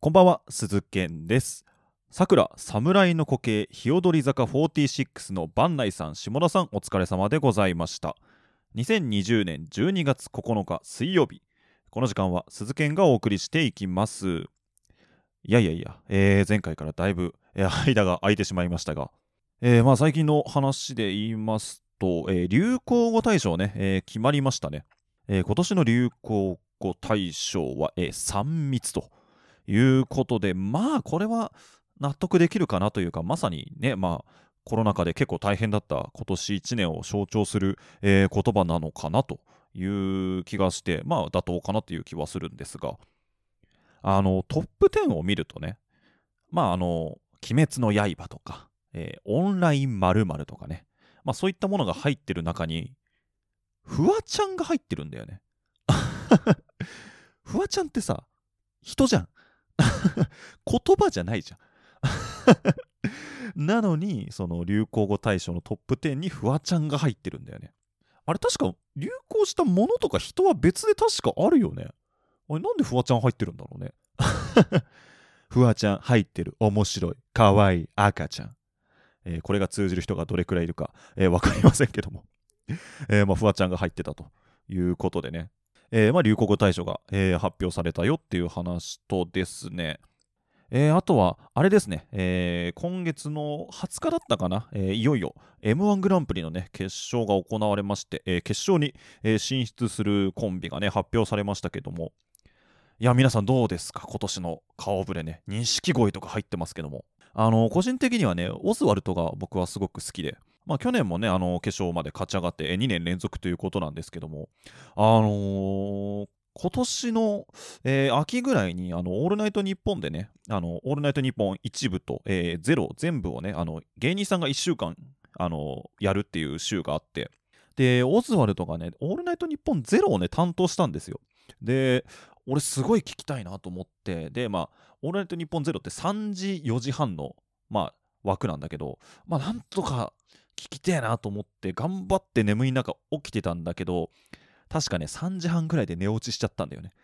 こんばんは、鈴健です。さくら侍の苔日踊り坂46の番内さん、下田さん、お疲れ様でございました。2020年12月9日水曜日、この時間は鈴健がお送りしていきます。前回からだいぶ、間が空いてしまいましたが、最近の話で言いますと、流行語大賞ね、決まりましたね。今年の流行語大賞は、3密ということで、これは納得できるかなというか、まさにね、コロナ禍で結構大変だった今年1年を象徴する、言葉なのかなという気がして、妥当かなという気はするんですが、トップ10を見るとね、鬼滅の刃とか、オンライン〇〇とかね、そういったものが入ってる中に、フワちゃんが入ってるんだよね。フワちゃんってさ、人じゃん。言葉じゃないじゃん。なのに、その流行語大賞のトップ10にフワちゃんが入ってるんだよね。あれ確か流行したものとか人は別で確かあるよね。あれなんでフワちゃん入ってるんだろうね。フワちゃん入ってる。面白い。かわいい。赤ちゃん。これが通じる人がどれくらいいるか、わかりませんけども。フワちゃんが入ってたということでね。流行語大賞が、発表されたよっていう話とですね、あとは、あれですね、今月の20日だったかな、いよいよ M1 グランプリのね、決勝が行われまして、決勝に、進出するコンビがね、発表されましたけども、いや、皆さんどうですか、今年の顔ぶれね、錦鯉とか入ってますけども、個人的にはね、オズワルドが僕はすごく好きで、去年もね、決勝まで勝ち上がって2年連続ということなんですけども、今年の、秋ぐらいにオールナイトニッポンでね、オールナイトニッポン1部と、0全部をね、芸人さんが1週間やるっていう週があって、で、オズワルドがね、オールナイトニッポン0をね、担当したんですよ。で、俺すごい聞きたいなと思って、で、オールナイトニッポン0って3時、4時半の、枠なんだけど、なんとか聞きてえなと思って、頑張って眠い中起きてたんだけど、確かね、3時半ぐらいで寝落ちしちゃったんだよね。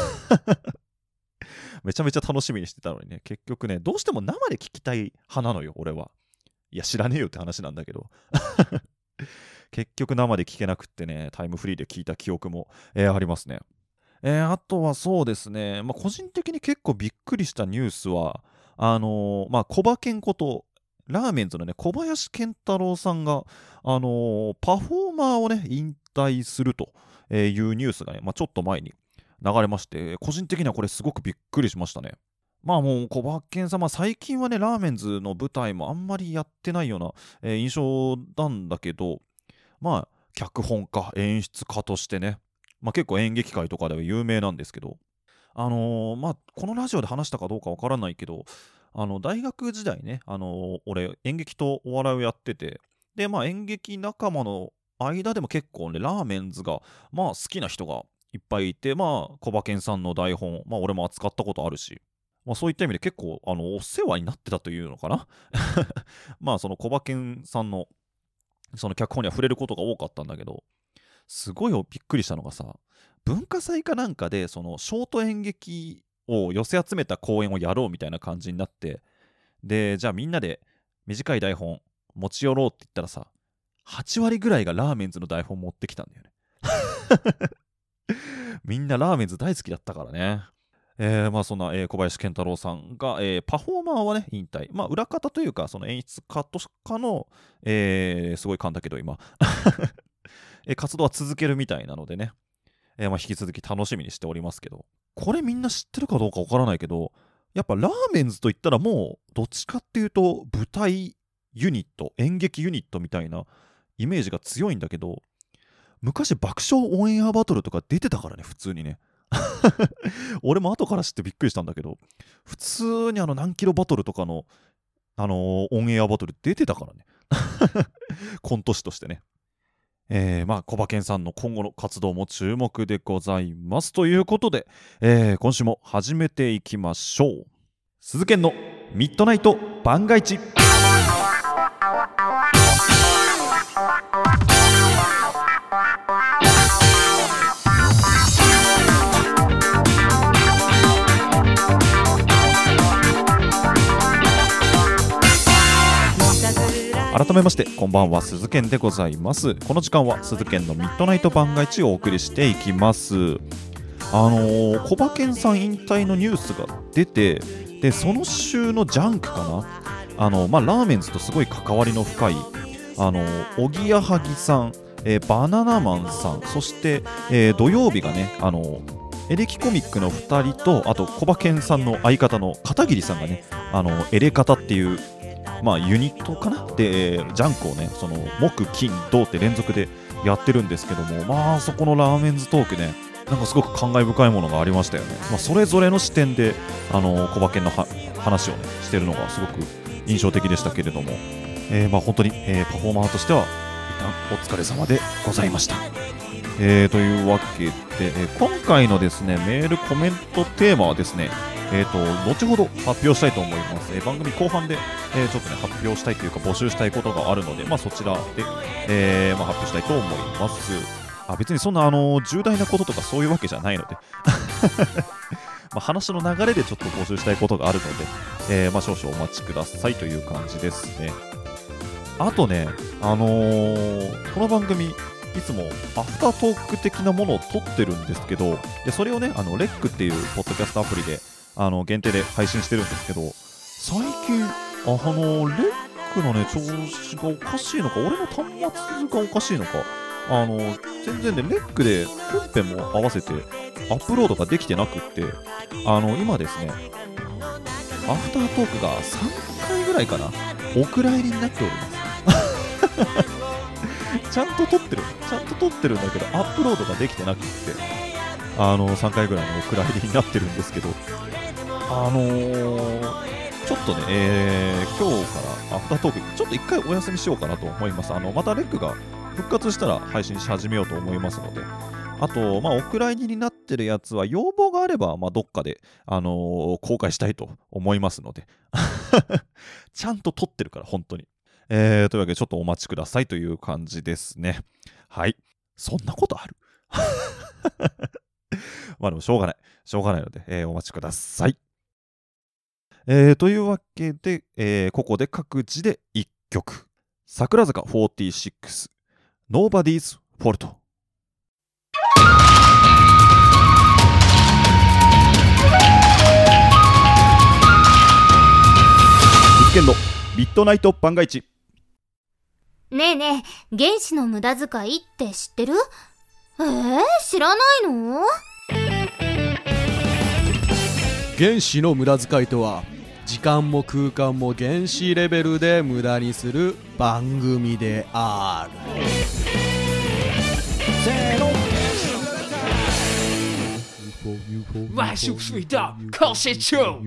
めちゃめちゃ楽しみにしてたのにね、結局ね、どうしても生で聞きたい派なのよ、俺は。いや、知らねえよって話なんだけど。結局生で聞けなくってね、タイムフリーで聞いた記憶も、ありますね。あとはそうですね、個人的に結構びっくりしたニュースは、コバケンことラーメンズのね、小林健太郎さんが、パフォーマーをね、引退するというニュースがね、ちょっと前に流れまして、個人的にはこれすごくびっくりしましたね。もう小林さん、最近はね、ラーメンズの舞台もあんまりやってないような、印象なんだけど、脚本家、演出家としてね、結構演劇界とかでは有名なんですけど、このラジオで話したかどうかわからないけど、大学時代ね、俺、演劇とお笑いをやってて、で、演劇仲間の間でも結構ね、ラーメンズが、好きな人がいっぱいいて、小馬健さんの台本、俺も扱ったことあるし、そういった意味で結構、お世話になってたというのかな。その小馬健さんの、その脚本には触れることが多かったんだけど、すごいびっくりしたのがさ、文化祭かなんかでそのショート演劇を寄せ集めた公演をやろうみたいな感じになって、でじゃあみんなで短い台本持ち寄ろうって言ったらさ、8割ぐらいがラーメンズの台本持ってきたんだよね。みんなラーメンズ大好きだったからね。そんな、小林健太郎さんが、パフォーマーはね引退、裏方というかその演出家とかの、すごい噛んだけど今活動は続けるみたいなのでね、引き続き楽しみにしておりますけど、これみんな知ってるかどうかわからないけど、やっぱラーメンズといったらもうどっちかっていうと舞台ユニット、演劇ユニットみたいなイメージが強いんだけど、昔爆笑オンエアバトルとか出てたからね、普通にね。俺も後から知ってびっくりしたんだけど、普通に何キロバトルとかのオンエアバトル出てたからね。コント師としてね。小馬健さんの今後の活動も注目でございますということで、今週も始めていきましょう。鈴健のミッドナイト番外地。 改めましてこんばんは、鈴健でございます。この時間は鈴健のミッドナイト番外地をお送りしていきます。コバケンさん引退のニュースが出て、でその週のジャンクかな、ラーメンズとすごい関わりの深いおぎやはぎさん、バナナマンさん、そして、土曜日がねエレキコミックの2人と、あとコバケンさんの相方の片桐さんがねエレカタっていうユニットかなで、ジャンクをねその木金土って連続でやってるんですけども、そこのラーメンズトークね、なんかすごく感慨深いものがありましたよね。それぞれの視点でコバケンの話をねしてるのがすごく印象的でしたけれども、本当に、パフォーマーとしては一旦お疲れ様でございました。というわけで、今回のですねメールコメントテーマはですね、後ほど発表したいと思います。番組後半で、ちょっとね発表したいというか募集したいことがあるので、そちらで、発表したいと思います。別にそんな重大なこととかそういうわけじゃないので話の流れでちょっと募集したいことがあるので、少々お待ちくださいという感じですね。あとね、この番組いつもアフタートーク的なものを撮ってるんですけど、でそれをねレックっていうポッドキャストアプリで限定で配信してるんですけど、最近レックのね調子がおかしいのか、俺の端末がおかしいのか、全然ねレックで本編も合わせてアップロードができてなくって、今ですねアフタートークが3回ぐらいかなお蔵入りになっておりますちゃんと撮ってるんだけどアップロードができてなくって3回ぐらいのお蔵入りになってるんですけど、ちょっとね、今日からアフタートークちょっと一回お休みしようかなと思います。またレックが復活したら配信し始めようと思いますので、あとお蔵入りになってるやつは要望があればどっかで公開したいと思いますのでちゃんと撮ってるから本当に。というわけでちょっとお待ちくださいという感じですね。はい。そんなことあるでもしょうがないので、お待ちください。というわけで、ここで各自で1曲。桜坂46 Nobody's Fault。実験のミッドナイト番外地。 ねえねえ、原子の無駄遣いって知ってる？知らないの？ 原子の無駄遣いとは、時間も空間も原子レベルで無駄にする番組である。 万事隧道靠谁救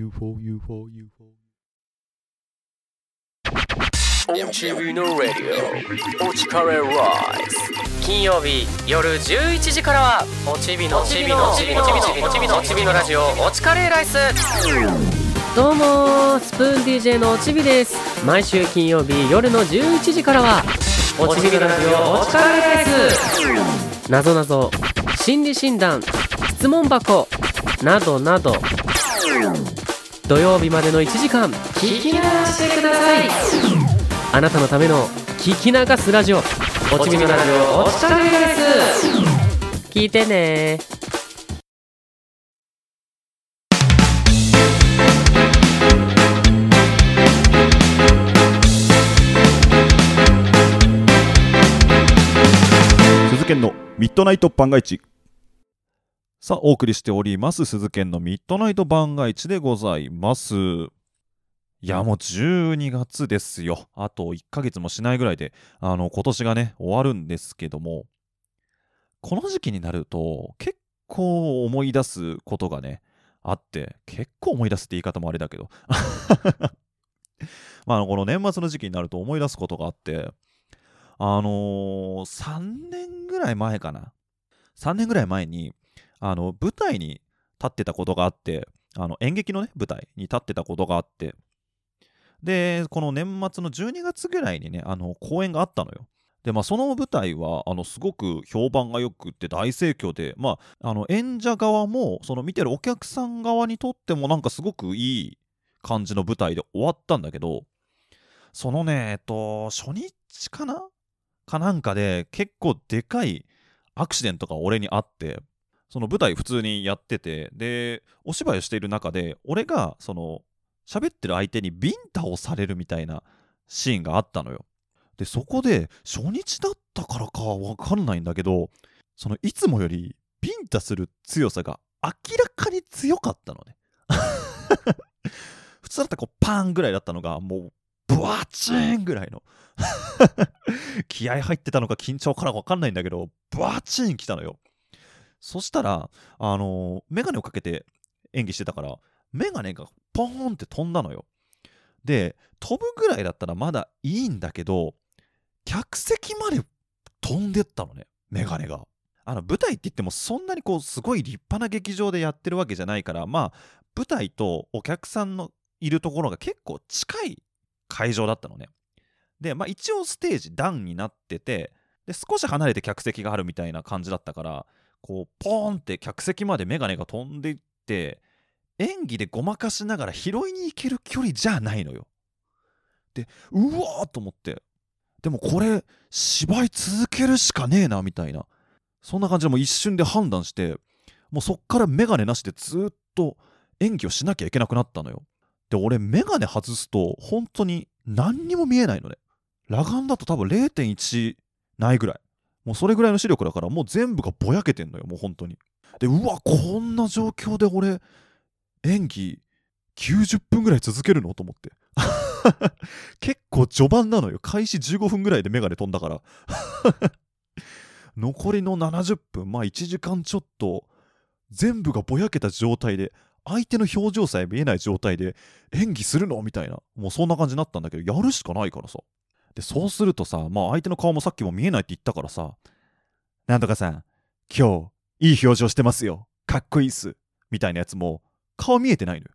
？MTV のラディオおちかれライス、金曜日夜11時からはおちびのラジオおちかれライス。 どうもスプーン DJ のおちびです。毎週金曜日夜の11時からはおちびのラジオおちかれライス。なぞなぞ、心理診断、質問箱などなど、土曜日までの1時間聞き流してください。あなたのための聞き流すラジオ、おちびのラジオおちかれライス。聞いてね。 鈴研のミッドナイト番外地。さあお送りしております鈴研のミッドナイト番外地でございます。いやもう12月ですよ。あと1ヶ月もしないぐらいで今年がね終わるんですけども、この時期になると結構思い出すことがねあって、結構思い出すって言い方もあれだけどこの年末の時期になると思い出すことがあって、3年ぐらい前かな、3年ぐらい前に舞台に立ってたことがあって、演劇のね舞台に立ってたことがあって、でこの年末の12月ぐらいにね公演があったのよ。でその舞台はすごく評判が良くって大盛況で、演者側もその見てるお客さん側にとってもなんかすごくいい感じの舞台で終わったんだけど、 そのね、初日かなんかで結構でかいアクシデントが俺にあって、その舞台普通にやってて、で、お芝居をしている中で、俺がその喋ってる相手にビンタをされるみたいなシーンがあったのよ。で、そこで初日だったからかわかんないんだけど、そのいつもよりビンタする強さが明らかに強かったのね。普通だったらこうパンぐらいだったのが、もうブワチーンぐらいの気合入ってたのか緊張からか分かんないんだけど、ブワチーン来たのよ。そしたらメガネをかけて演技してたから、メガネがポーンって飛んだのよ。で、飛ぶぐらいだったらまだいいんだけど、客席まで飛んでったのね、メガネが。舞台って言ってもそんなにこうすごい立派な劇場でやってるわけじゃないから、まあ舞台とお客さんのいるところが結構近い会場だったのね。で、まあ一応ステージ段になってて、で少し離れて客席があるみたいな感じだったから、こうポーンって客席までメガネが飛んでいって、演技でごまかしながら拾いに行ける距離じゃないのよ。で、うわーと思って、でもこれ芝居続けるしかねえなみたいな、そんな感じでもう一瞬で判断して、もうそっからメガネなしでずっと演技をしなきゃいけなくなったのよ。で、俺メガネ外すと本当に何にも見えないのね。裸眼だと多分 0.1 ないぐらい。もうそれぐらいの視力だから、もう全部がぼやけてんのよ、もう本当に。で、うわ、こんな状況で俺演技90分ぐらい続けるのと思って結構序盤なのよ。開始15分ぐらいでメガネ飛んだから残りの70分、まあ1時間ちょっと全部がぼやけた状態で、相手の表情さえ見えない状態で演技するのみたいな、もうそんな感じになったんだけど、やるしかないからさ。で、そうするとさ、まあ相手の顔もさっきも見えないって言ったからさ、なんとかさん今日いい表情してますよ、かっこいいっすみたいなやつも顔見えてないのよ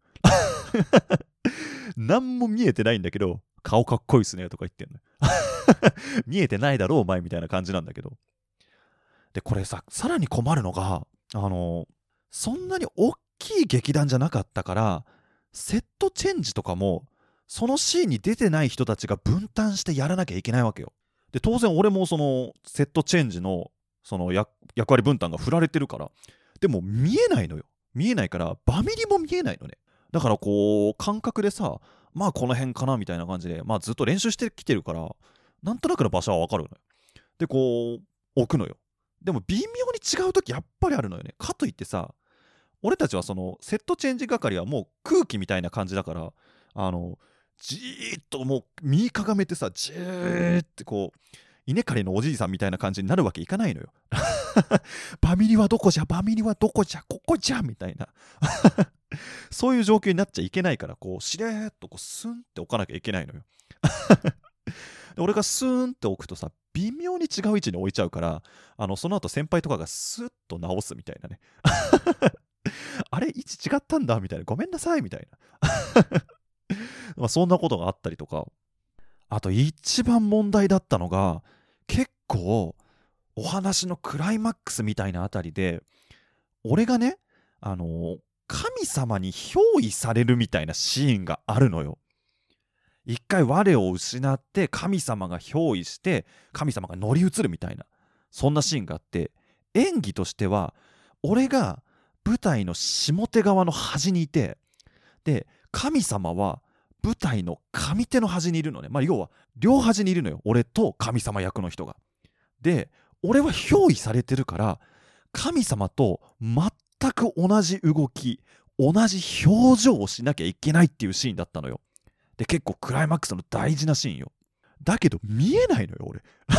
なんも見えてないんだけど、顔かっこいいっすねとか言ってんの見えてないだろお前みたいな感じなんだけど。で、これさ、さらに困るのが、そんなに大きい劇団じゃなかったから、セットチェンジとかもそのシーンに出てない人たちが分担してやらなきゃいけないわけよ。で、当然俺もそのセットチェンジのその役割分担が振られてるから、でも見えないのよ。見えないからバミリも見えないのね。だからこう感覚でさ、まあこの辺かなみたいな感じで、まあずっと練習してきてるから、なんとなくの場所はわかるのよ。で、こう置くのよ。でも微妙に違う時やっぱりあるのよね。かといってさ、俺たちはそのセットチェンジ係はもう空気みたいな感じだから、じーっともう身かがめてさ、じーってこう稲刈りのおじいさんみたいな感じになるわけいかないのよバミリはどこじゃ、バミリはどこじゃ、ここじゃみたいなそういう状況になっちゃいけないから、こうしれーっとこうスンって置かなきゃいけないのよで、俺がスーンって置くとさ、微妙に違う位置に置いちゃうから、その後先輩とかがスッと直すみたいなねあれ位置違ったんだみたいな、ごめんなさいみたいなまあそんなことがあったりとか、あと一番問題だったのが、結構お話のクライマックスみたいなあたりで、俺がね、神様に憑依されるみたいなシーンがあるのよ。一回我を失って神様が憑依して神様が乗り移るみたいな、そんなシーンがあって、演技としては俺が舞台の下手側の端にいて、で神様は舞台の上手の端にいるのね。まあ要は両端にいるのよ、俺と神様役の人が。で俺は憑依されてるから、神様と全く同じ動き、同じ表情をしなきゃいけないっていうシーンだったのよ。で結構クライマックスの大事なシーンよ。だけど見えないのよ俺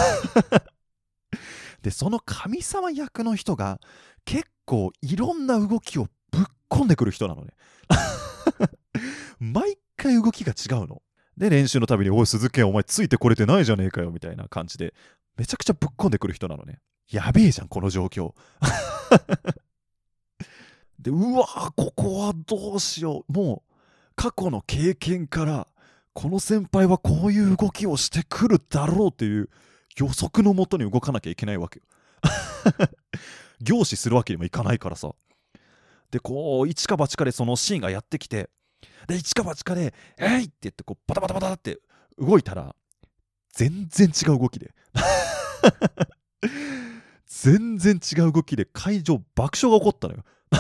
でその神様役の人が結構いろんな動きをぶっ込んでくる人なのね毎回動きが違うので、練習のたびにおい鈴木お前ついてこれてないじゃねえかよみたいな感じでめちゃくちゃぶっ込んでくる人なのね。やべえじゃんこの状況で、うわここはどうしよう、もう過去の経験からこの先輩はこういう動きをしてくるだろうっていう予測のもとに動かなきゃいけないわけよ凝視するわけにもいかないからさ。でこう一か八かでそのシーンがやってきて、で一か八かで「えい!」って言ってこうバタバタバタって動いたら全然違う動きで全然違う動きで会場爆笑が起こったのよ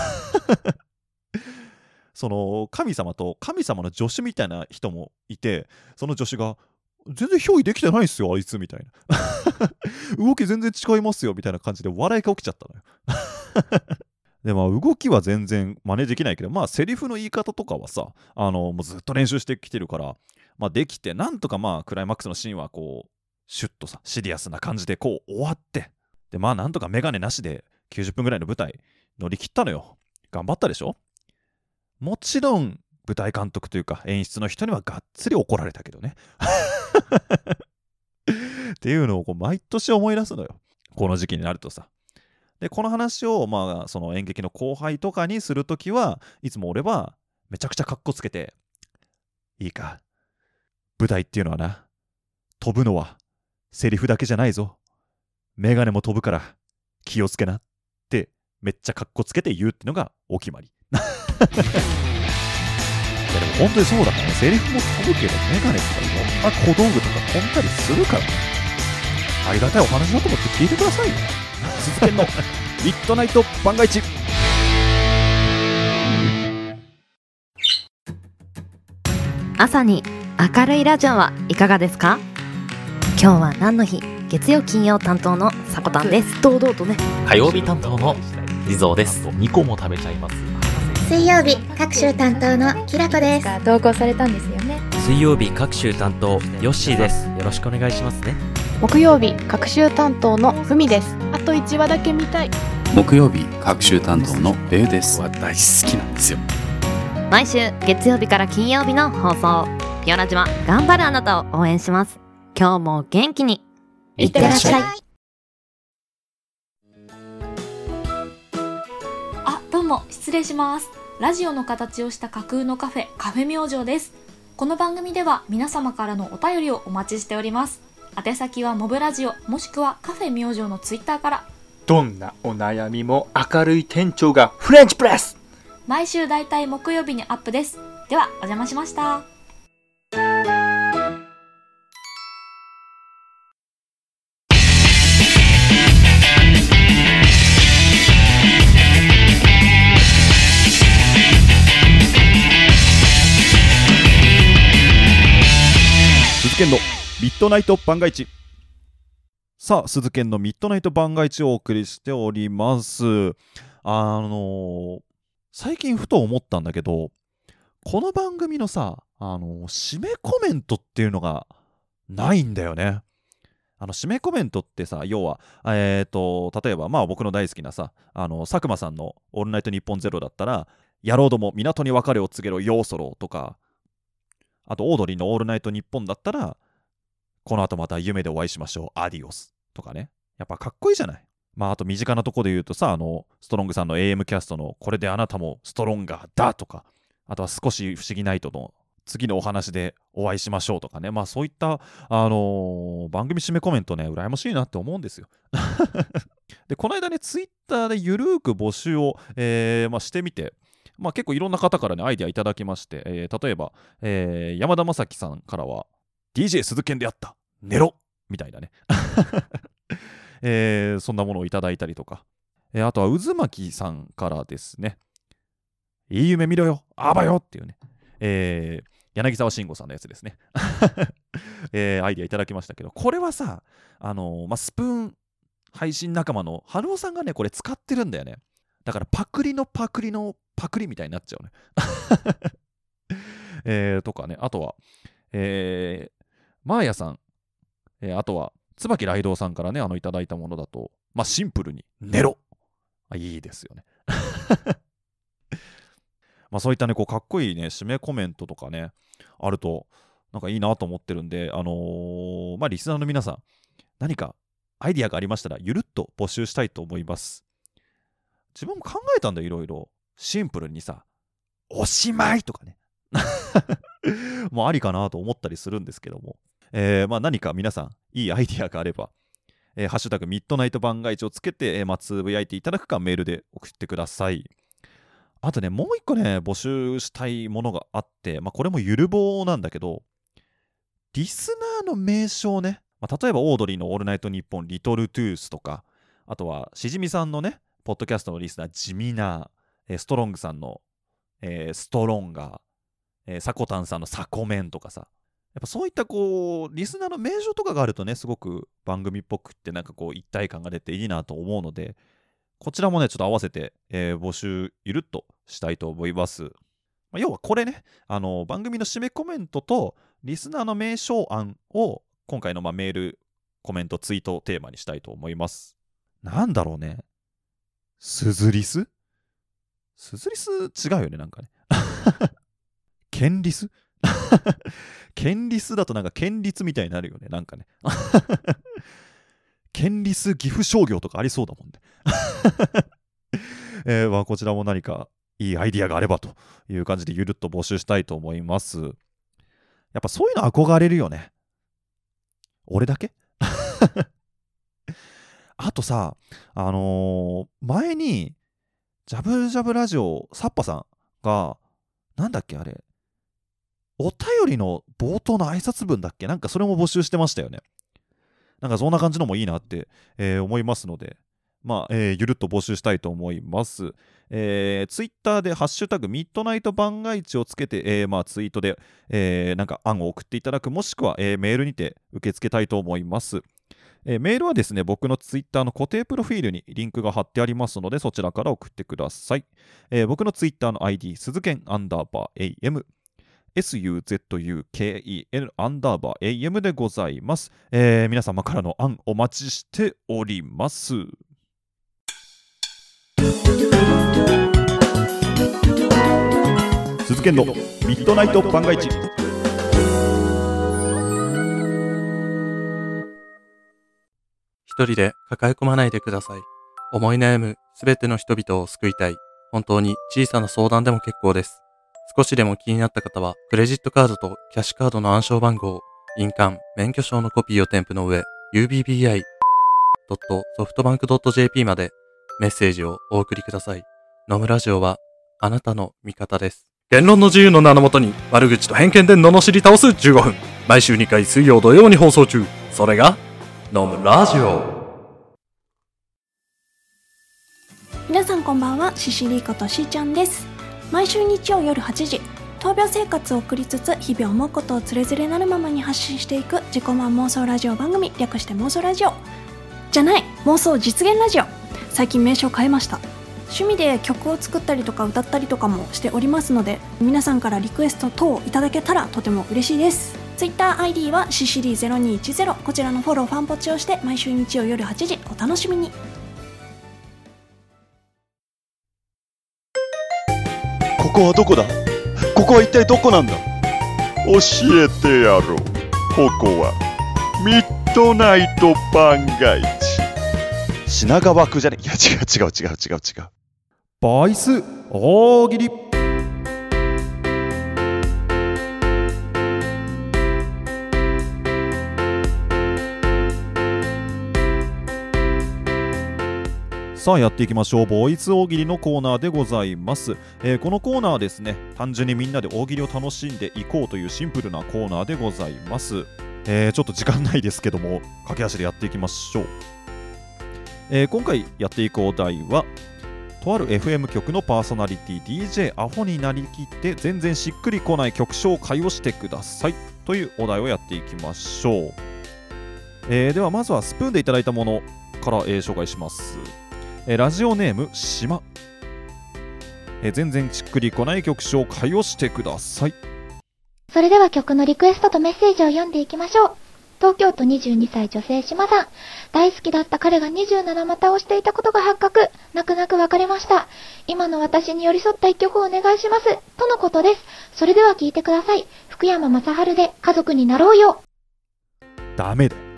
その神様と神様の助手みたいな人もいて、その助手が全然憑依できてないっすよあいつみたいな動き全然違いますよみたいな感じで笑いが起きちゃったのよでまあ動きは全然真似できないけど、まあセリフの言い方とかはさ、もうずっと練習してきてるから、まあできて、なんとかまあクライマックスのシーンはこうシュッとさシリアスな感じでこう終わって、でまあなんとかメガネなしで90分ぐらいの舞台乗り切ったのよ。頑張ったでしょ。もちろん舞台監督というか演出の人にはがっつり怒られたけどねっていうのをこう毎年思い出すのよ、この時期になるとさ。でこの話をまあその演劇の後輩とかにするときはいつも俺はめちゃくちゃカッコつけて、いいか、舞台っていうのはな、飛ぶのはセリフだけじゃないぞ、メガネも飛ぶから気をつけなってめっちゃカッコつけて言うってのがお決まりいやでも本当にそうだからね、セリフも飛ぶけどメガネとかいろんな小道具とか飛んだりするからね、ありがたいお話だと思って聞いてくださいよ鈴研のミッドナイト番外地。 朝に明るいラジオはいかがですか？今日は何の日？月曜金曜担当のさこたんです。堂々とね。 火曜日担当の地蔵です。2個も食べちゃいます。 水曜日各週担当のきらこです。投稿されたんですよね。 水曜日各週担当ヨッシーです。よろしくお願いしますね。 木曜日各週担当のふみです。あと1話だけ見たい。 木曜日各週担当のレウです。大好きなんですよ。 毎週月曜日から金曜日の放送、ピオラジは頑張るあなたを応援します。今日も元気にいってらっしゃい。 あ、どうも失礼します。ラジオの形をした架空のカフェ、カフェ明星です。この番組では皆様からのお便りをお待ちしております。宛先はモブラジオもしくはカフェ明星のツイッターから。 どんなお悩みも明るい店長がフレンチプレス。 毎週だいたい木曜日にアップです。ではお邪魔しました。 鈴研のミッドナイト番外地。さあ、鈴研のミッドナイト番外地をお送りしております。最近ふと思ったんだけど、この番組のさ、締めコメントっていうのがないんだよね。締めコメントってさ、要は、例えば、まあ僕の大好きなさ、佐久間さんのオールナイトニッポンゼロだったら、野郎ども港に別れを告げろようそろとか、あとオードリーのオールナイトニッポンだったら、この後また夢でお会いしましょう、アディオスとかね。やっぱかっこいいじゃない。まああと身近なとこで言うとさ、ストロングさんの AM キャストのこれであなたもストロンガーだとか、あとは少し不思議ナイトの次のお話でお会いしましょうとかね。まあそういった、番組締めコメントね、羨ましいなって思うんですよ。で、この間ね、ツイッターでゆるーく募集を、してみて、まあ結構いろんな方からね、アイデアいただきまして、例えば、山田正樹さんからは、DJ 鈴研でやった、寝ろみたいなね。そんなものをいただいたりとか、あとは渦巻さんからですね、いい夢見ろよ、あばよっていうね、柳沢慎吾さんのやつですね。アイデアいただきましたけど、これはさ、スプーン配信仲間の春尾さんがね、これ使ってるんだよね。だからパクリのパクリのパクリみたいになっちゃうね。とかね、あとは、マーヤさん、あとは、椿ライドウさんからね、いただいたものだと、まあシンプルに、寝ろいいですよね。まあそういったね、こうかっこいいね、締めコメントとかね、あると、なんかいいなと思ってるんで、まあリスナーの皆さん、何かアイディアがありましたら、ゆるっと募集したいと思います。自分も考えたんだよ、いろいろ。シンプルにさ、おしまいとかね。もうありかなと思ったりするんですけども。まあ何か皆さん、いいアイディアがあれば、ハッシュタグミッドナイト番外地をつけて、つぶやいていただくかメールで送ってください。あとね、もう一個ね、募集したいものがあって、まあこれもゆるぼうなんだけど、 リスナーの名称ね、例えばオードリーのオールナイトニッポンリトルトゥースとか、あとはしじみさんのねポッドキャストのリスナー地味な、ストロングさんの、ストロンガー、サコタンさんのサコメンとかさ、やっぱそういったこうリスナーの名称とかがあるとね、すごく番組っぽくってなんかこう一体感が出ていいなと思うので、こちらもねちょっと合わせて、募集ゆるっとしたいと思います。要はこれね、番組の締めコメントとリスナーの名称案を今回のメール、コメント、ツイートをテーマにしたいと思います。なんだろうね。スズリス違うよね、なんかね。ケンリスケンリスだとなんか県立みたいになるよね、なんかね。県立岐阜商業とかありそうだもんね。こちらも何かいいアイディアがあればという感じでゆるっと募集したいと思います。やっぱそういうの憧れるよね。俺だけあとさ、前にジャブジャブラジオサッパさんがなんだっけあれ、お便りの冒頭の挨拶文だっけ、なんかそれも募集してましたよね。なんかそんな感じのもいいなって、思いますので、ゆるっと募集したいと思います。ツイッターでハッシュタグミッドナイト番外地をつけて、ツイートで、なんか案を送っていただく、もしくは、メールにて受け付けたいと思います。メールはですね、僕のツイッターの固定プロフィールにリンクが貼ってありますので、そちらから送ってください。僕のツイッターの ID、鈴剣_AM、SUZUKEN_AM でございます。皆様からの案お待ちしております。鈴剣のミッドナイト番外地。 一人で抱え込まないでください。思い悩むすべての人々を救いたい。本当に小さな相談でも結構です。少しでも気になった方は、クレジットカードとキャッシュカードの暗証番号、印鑑、免許証のコピーを添付の上、ubbi.softbank.jp までメッセージをお送りください。野村ラジオはあなたの味方です。言論の自由の名のもとに悪口と偏見で罵り倒す15分。毎週2回水曜土曜に放送中。それが野村ラジオ。 皆さんこんばんは、シシリことしーちゃんです。毎週日曜夜8時、闘病生活を送りつつ日々思うことをつれづれなるままに発信していく自己満妄想ラジオ番組、略して妄想ラジオじゃない、妄想実現ラジオ。最近名称変えました。趣味で曲を作ったりとか歌ったりとかもしておりますので、皆さんからリクエスト等いただけたらとても嬉しいです。Twitter ID はシシリ0210、こちらのフォロー、ファンポチをして毎週日曜夜8時お楽しみに。 ここはどこだ？ここは一体どこなんだ？教えてやろう。ここはミッドナイト番外地。品川区じゃね？いや違う。 ボイス大喜利。さあやっていきましょう。ボイス大喜利のコーナーでございます。このコーナーはですね、単純にみんなで大喜利を楽しんでいこうというシンプルなコーナーでございます。ちょっと時間ないですけども、駆け足でやっていきましょう。今回やっていくお題は、とある FM 局のパーソナリティ DJ アホになりきって全然しっくりこない曲紹介をしてくださいというお題をやっていきましょう。ではまずはスプーンでいただいたものから、紹介します。ラジオネーム島、全然しっくりこない曲紹介をしてください。 それでは曲のリクエストとメッセージを読んでいきましょう。東京都22歳女性島さん。大好きだった彼が27股をしていたことが発覚。泣く泣く別れました。今の私に寄り添った一曲をお願いします。とのことです。それでは聴いてください。福山雅治で家族になろうよ。 ダメだよ。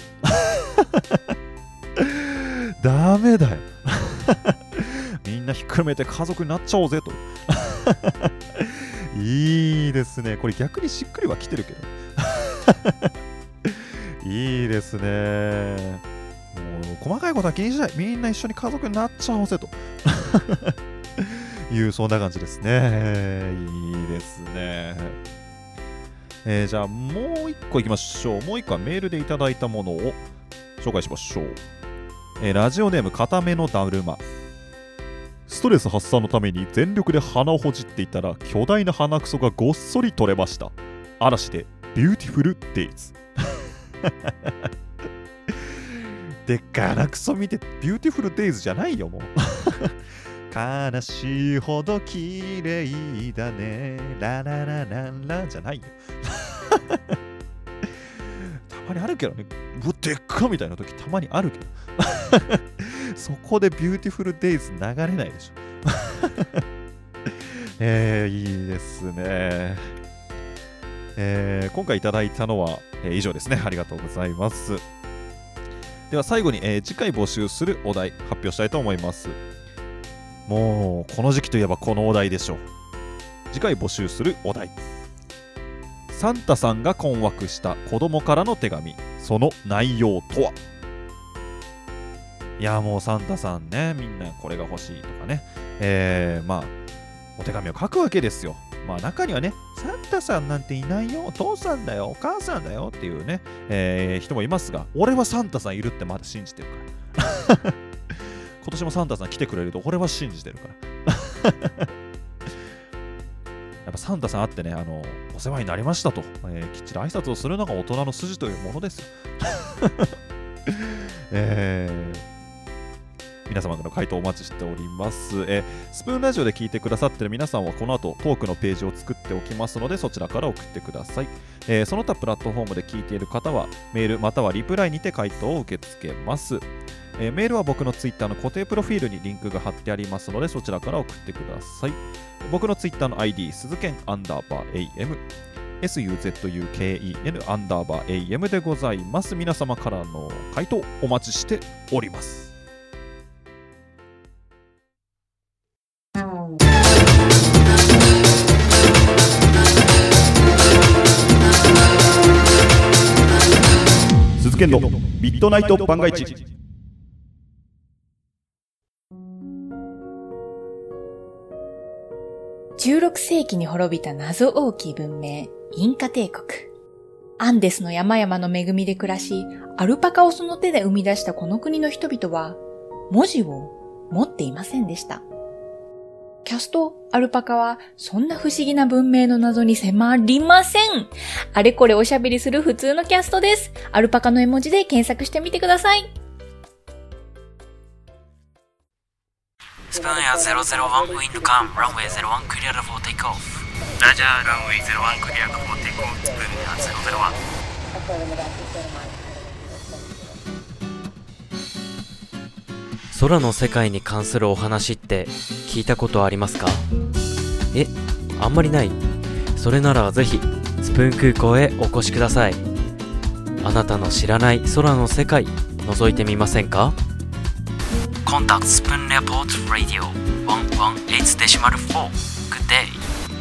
ダメだよ。みんなひっくるめて家族になっちゃおうぜと。いいですね。これ逆にしっくりはきてるけど。いいですね。もう細かいことは気にしない。みんな一緒に家族になっちゃおうぜと。いうそんな感じですね。いいですね。 じゃあもう一個いきましょう。もう一個はメールでいただいたものを紹介しましょう。ラジオネーム固めのだるま。ストレス発散のために全力で鼻をほじっていたら巨大な鼻くそがごっそり取れました。嵐でビューティフルデイズ。でっかい鼻くそ見てビューティフルデイズじゃないよもう。悲しいほど綺麗だねラララララじゃないよ。たまにあるけどね、うわでっかみたいな時たまにあるけど。そこでビューティフルデイズ流れないでしょ。いいですね。今回いただいたのは、以上ですね。ありがとうございます。では最後に、次回募集するお題発表したいと思います。もうこの時期といえばこのお題でしょう。次回募集するお題、サンタさんが困惑した子供からの手紙、その内容とは。いやもうサンタさんね、みんなこれが欲しいとかね、まあお手紙を書くわけですよ。まあ中にはね、サンタさんなんていないよ、お父さんだよ、お母さんだよっていうね、人もいますが、俺はサンタさんいるってまだ信じてるから。今年もサンタさん来てくれると俺は信じてるから。やっぱサンタさんあってね、お世話になりましたと、きっちり挨拶をするのが大人の筋というものですよ。皆様の回答お待ちしております。スプーンラジオで聞いてくださっている皆さんはこの後トークのページを作っておきますので、そちらから送ってください。その他プラットフォームで聞いている方はメールまたはリプライにて回答を受け付けます。メールは僕のツイッターの固定プロフィールにリンクが貼ってありますので、そちらから送ってください。僕のツイッターの ID 鈴剣_AM SUZUKEN _AM でございます。皆様からの回答お待ちしております。鈴剣のミッドナイト番外地。 16世紀に滅びた謎多き文明、インカ帝国。アンデスの山々の恵みで暮らし、アルパカをその手で生み出したこの国の人々は、文字を持っていませんでした。キャストアルパカは、そんな不思議な文明の謎に迫りません。あれこれおしゃべりする普通のキャストです。アルパカの絵文字で検索してみてください。 スプーンや001ウィンドカム、ランウェイ01クリアルフォーテイクオフ。ラジャーランウェイ01クリアルフォーテイクオフ。スプーンや001。 空の世界に関するお話って聞いたことありますか？あんまりない？それならぜひスプーン空港へお越しください。あなたの知らない空の世界覗いてみませんか？Contact Spoon Airport Radio 118.4 Good day.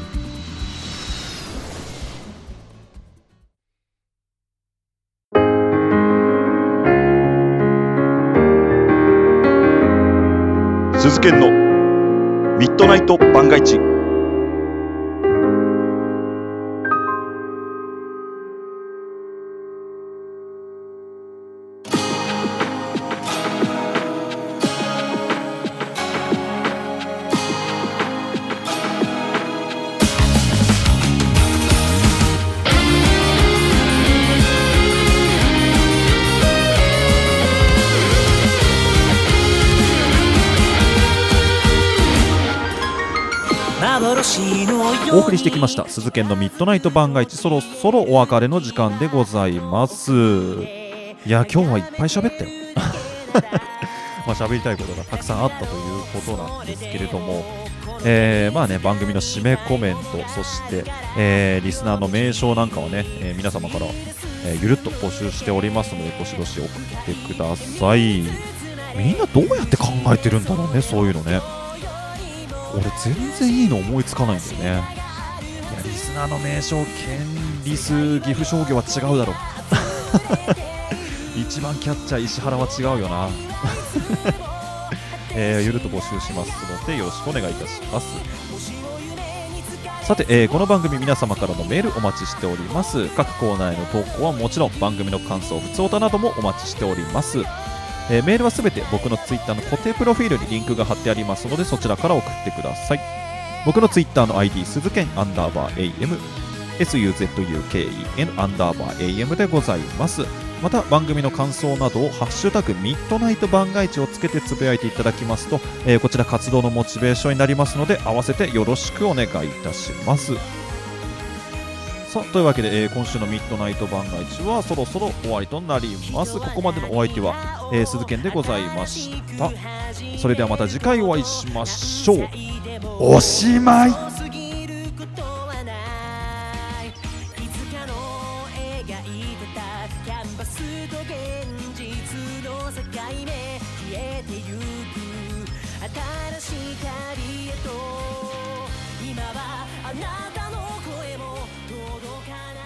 鈴研のミッドナイト番外地。 お送りしてきました鈴研のミッドナイト番外地、そろそろお別れの時間でございます。いや今日はいっぱい喋ったよ。まあ喋りたいことがたくさんあったということなんですけれども、まあね、番組の締めコメント、そして、リスナーの名称なんかはね、皆様から、ゆるっと募集しておりますので、どしどし送ってください。みんなどうやって考えてるんだろうね、そういうのね。俺全然いいの思いつかないんだよね。いやリスナーの名称、県立岐阜商業は違うだろう。一番キャッチャー石原は違うよな。ゆるっと募集しますのでよろしくお願いいたします。 さて、この番組皆様からのメールお待ちしております。各コーナーへの投稿はもちろん番組の感想、ふつおたなどもお待ちしております。メールはすべて僕のツイッターの固定プロフィールにリンクが貼ってありますので、そちらから送ってください。僕のツイッターの ID 鈴剣_AM SUZUKEN _AM でございます。また番組の感想などをハッシュタグミッドナイト番外地をつけてつぶやいていただきますと、こちら活動のモチベーションになりますので、合わせてよろしくお願いいたします。さあ、というわけで、今週のミッドナイト番外地はそろそろ終わりとなります。ここまでのお相手は、鈴剣でございました。それではまた次回お会いしましょう。おしまい。今はあなたの声も届かない